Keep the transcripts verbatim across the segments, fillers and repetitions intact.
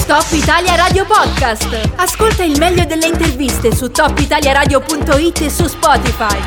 Top Italia Radio Podcast. Ascolta il meglio delle interviste su top italia radio punto it e su Spotify.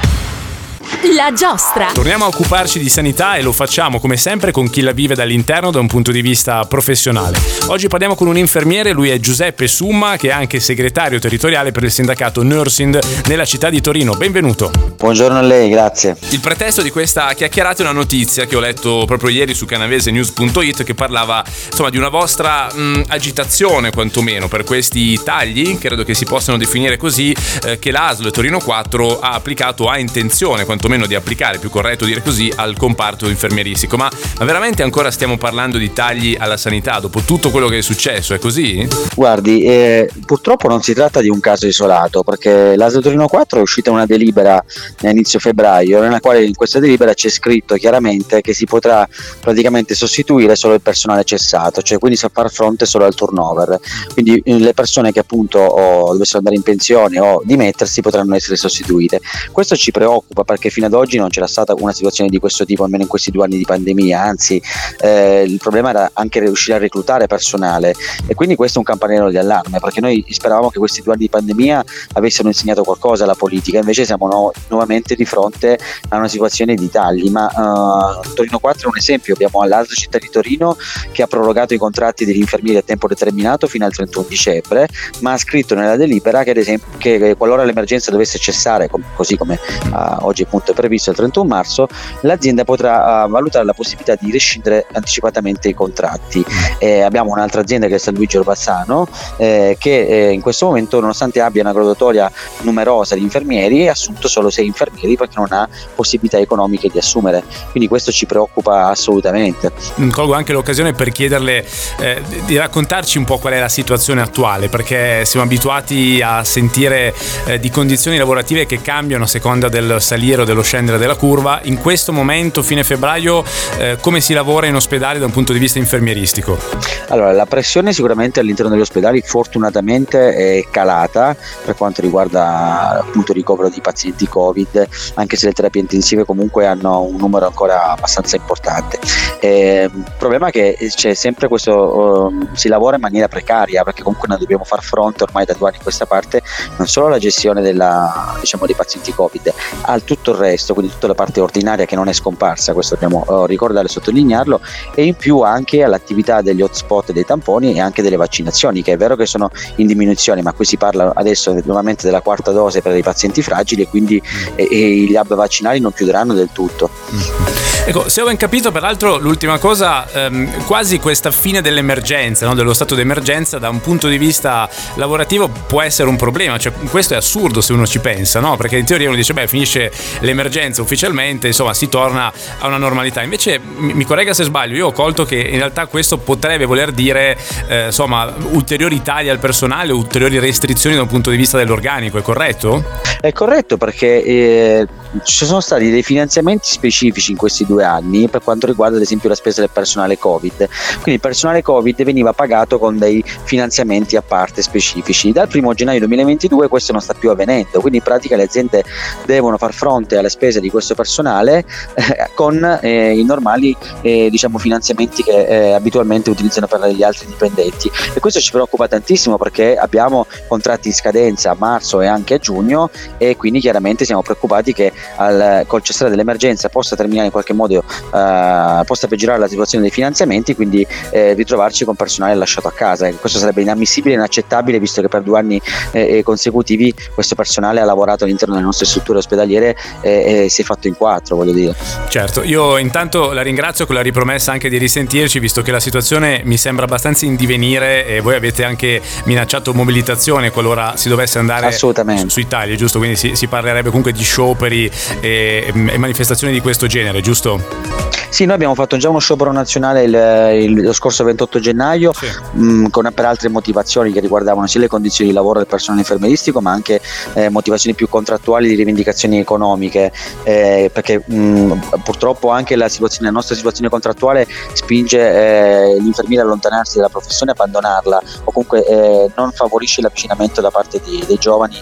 La giostra. Torniamo a occuparci di sanità e lo facciamo come sempre con chi la vive dall'interno da un punto di vista professionale. Oggi parliamo con un infermiere, lui è Giuseppe Summa, che è anche segretario territoriale per il sindacato Nursing nella città di Torino. Benvenuto. Buongiorno a lei, grazie. Il pretesto di questa chiacchierata è una notizia che ho letto proprio ieri su canavese news punto it che parlava insomma di una vostra mh, agitazione quantomeno per questi tagli, credo che si possano definire così, eh, che l'A S L Torino quattro ha applicato, ha intenzione quantomeno di applicare, più corretto dire così, al comparto infermieristico. Ma, ma veramente ancora stiamo parlando di tagli alla sanità dopo tutto quello che è successo, è così? Guardi, eh, purtroppo non si tratta di un caso isolato, perché l'A S L Torino quattro è uscita una delibera a inizio febbraio, nella quale in questa delibera c'è scritto chiaramente che si potrà praticamente sostituire solo il personale cessato, cioè quindi far fronte solo al turnover, quindi eh, le persone che appunto o dovessero andare in pensione o dimettersi potranno essere sostituite. Questo ci preoccupa perché fino ad oggi non c'era stata una situazione di questo tipo, almeno in questi due anni di pandemia, anzi eh, il problema era anche riuscire a reclutare personale, e quindi questo è un campanello di allarme, perché noi speravamo che questi due anni di pandemia avessero insegnato qualcosa alla politica, invece siamo no, nuovamente di fronte a una situazione di tagli. Ma uh, Torino quattro è un esempio, abbiamo l'altra città di Torino che ha prorogato i contratti degli infermieri a tempo determinato fino al trentuno dicembre, ma ha scritto nella delibera che ad esempio che qualora l'emergenza dovesse cessare, com- così come uh, oggi appunto è previsto il trentuno marzo, l'azienda potrà uh, valutare la possibilità di rescindere anticipatamente i contratti. Eh, abbiamo un'altra azienda che è San Luigi Orbassano eh, che eh, in questo momento, nonostante abbia una graduatoria numerosa di infermieri, ha assunto solo sei infermieri perché non ha possibilità economiche di assumere, quindi questo ci preoccupa assolutamente. Colgo anche l'occasione per chiederle eh, di raccontarci un po' qual è la situazione attuale, perché siamo abituati a sentire eh, di condizioni lavorative che cambiano a seconda del salire o dello scendere della curva. In questo momento, fine febbraio, eh, come si lavora in ospedale da un punto di vista infermieristico? Allora, la pressione sicuramente all'interno degli ospedali fortunatamente è calata per quanto riguarda appunto il ricovero di pazienti Covid, anche se le terapie intensive comunque hanno un numero ancora abbastanza importante. Eh, il problema è che c'è sempre questo, uh, si lavora in maniera precaria, perché comunque noi dobbiamo far fronte ormai da due anni a questa parte non solo alla gestione della, diciamo, dei pazienti Covid, al tutto il resto, quindi tutta la parte ordinaria che non è scomparsa, questo dobbiamo uh, ricordare e sottolinearlo, e in più anche all'attività degli hotspot dei tamponi e anche delle vaccinazioni, che è vero che sono in diminuzione, ma qui si parla adesso nuovamente della quarta dose per i pazienti fragili, e quindi e, e gli hub vaccinali non chiuderanno del tutto. Ecco, se ho ben capito, peraltro l'ultima cosa, ehm, quasi questa fine dell'emergenza, no, dello stato d'emergenza, da un punto di vista lavorativo può essere un problema, cioè questo è assurdo se uno ci pensa, no? Perché in teoria uno dice beh, finisce l'emergenza ufficialmente, insomma si torna a una normalità. Invece mi, mi corregga se sbaglio, io ho colto che in realtà questo potrebbe voler dire eh, insomma ulteriori tagli al personale, ulteriori restrizioni da un punto di vista dell'organico, è corretto? È corretto, perché eh, ci sono stati dei finanziamenti specifici in questi due anni per quanto riguarda ad esempio la spesa del personale Covid, quindi il personale Covid veniva pagato con dei finanziamenti a parte specifici. Dal primo gennaio duemilaventidue questo non sta più avvenendo, quindi in pratica le aziende devono far fronte alle spese di questo personale eh, con eh, i normali eh, diciamo finanziamenti che eh, abitualmente utilizzano per gli altri dipendenti, e questo ci preoccupa tantissimo perché abbiamo contratti in scadenza a marzo e anche a giugno, e quindi chiaramente siamo preoccupati che al, col cessare dell'emergenza possa terminare in qualche modo, eh, possa peggiorare la situazione dei finanziamenti, quindi eh, ritrovarci con personale lasciato a casa. E questo sarebbe inammissibile e inaccettabile, visto che per due anni eh, consecutivi questo personale ha lavorato all'interno delle nostre strutture ospedaliere e, e si è fatto in quattro, voglio dire. Certo, io intanto la ringrazio con la ripromessa anche di risentirci, visto che la situazione mi sembra abbastanza in divenire e voi avete anche minacciato mobilitazione qualora si dovesse andare su, sui tagli, giusto? Quindi si, si parlerebbe comunque di scioperi e, e manifestazioni di questo genere, giusto? Sì, noi abbiamo fatto già uno sciopero nazionale il, il, lo scorso ventotto gennaio, sì. mh, con per altre motivazioni che riguardavano sia le condizioni di lavoro del personale infermieristico, ma anche eh, motivazioni più contrattuali di rivendicazioni economiche, eh, perché mh, purtroppo anche la, situazione, la nostra situazione contrattuale spinge eh, l'infermiere a allontanarsi dalla professione, abbandonarla, o comunque eh, non favorisce l'avvicinamento da parte di, dei giovani eh,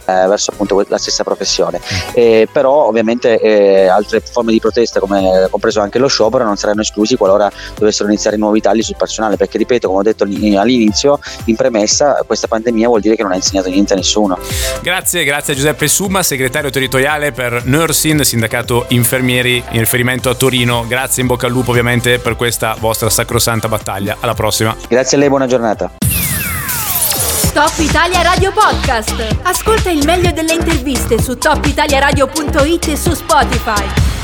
eh, verso appunto la stessa professione. Eh, però ovviamente eh, altre forme di protesta, come compreso anche lo sciopero, non saranno esclusi qualora dovessero iniziare nuovi tagli sul personale, perché ripeto, come ho detto all'inizio, in premessa, questa pandemia vuol dire che non ha insegnato niente a nessuno. Grazie, grazie a Giuseppe Summa, segretario territoriale per Nursing, sindacato infermieri in riferimento a Torino. Grazie, in bocca al lupo ovviamente per questa vostra sacrosanta battaglia. Alla prossima. Grazie a lei, buona giornata. Top Italia Radio Podcast. Ascolta il meglio delle interviste su top italia radio punto it e su Spotify.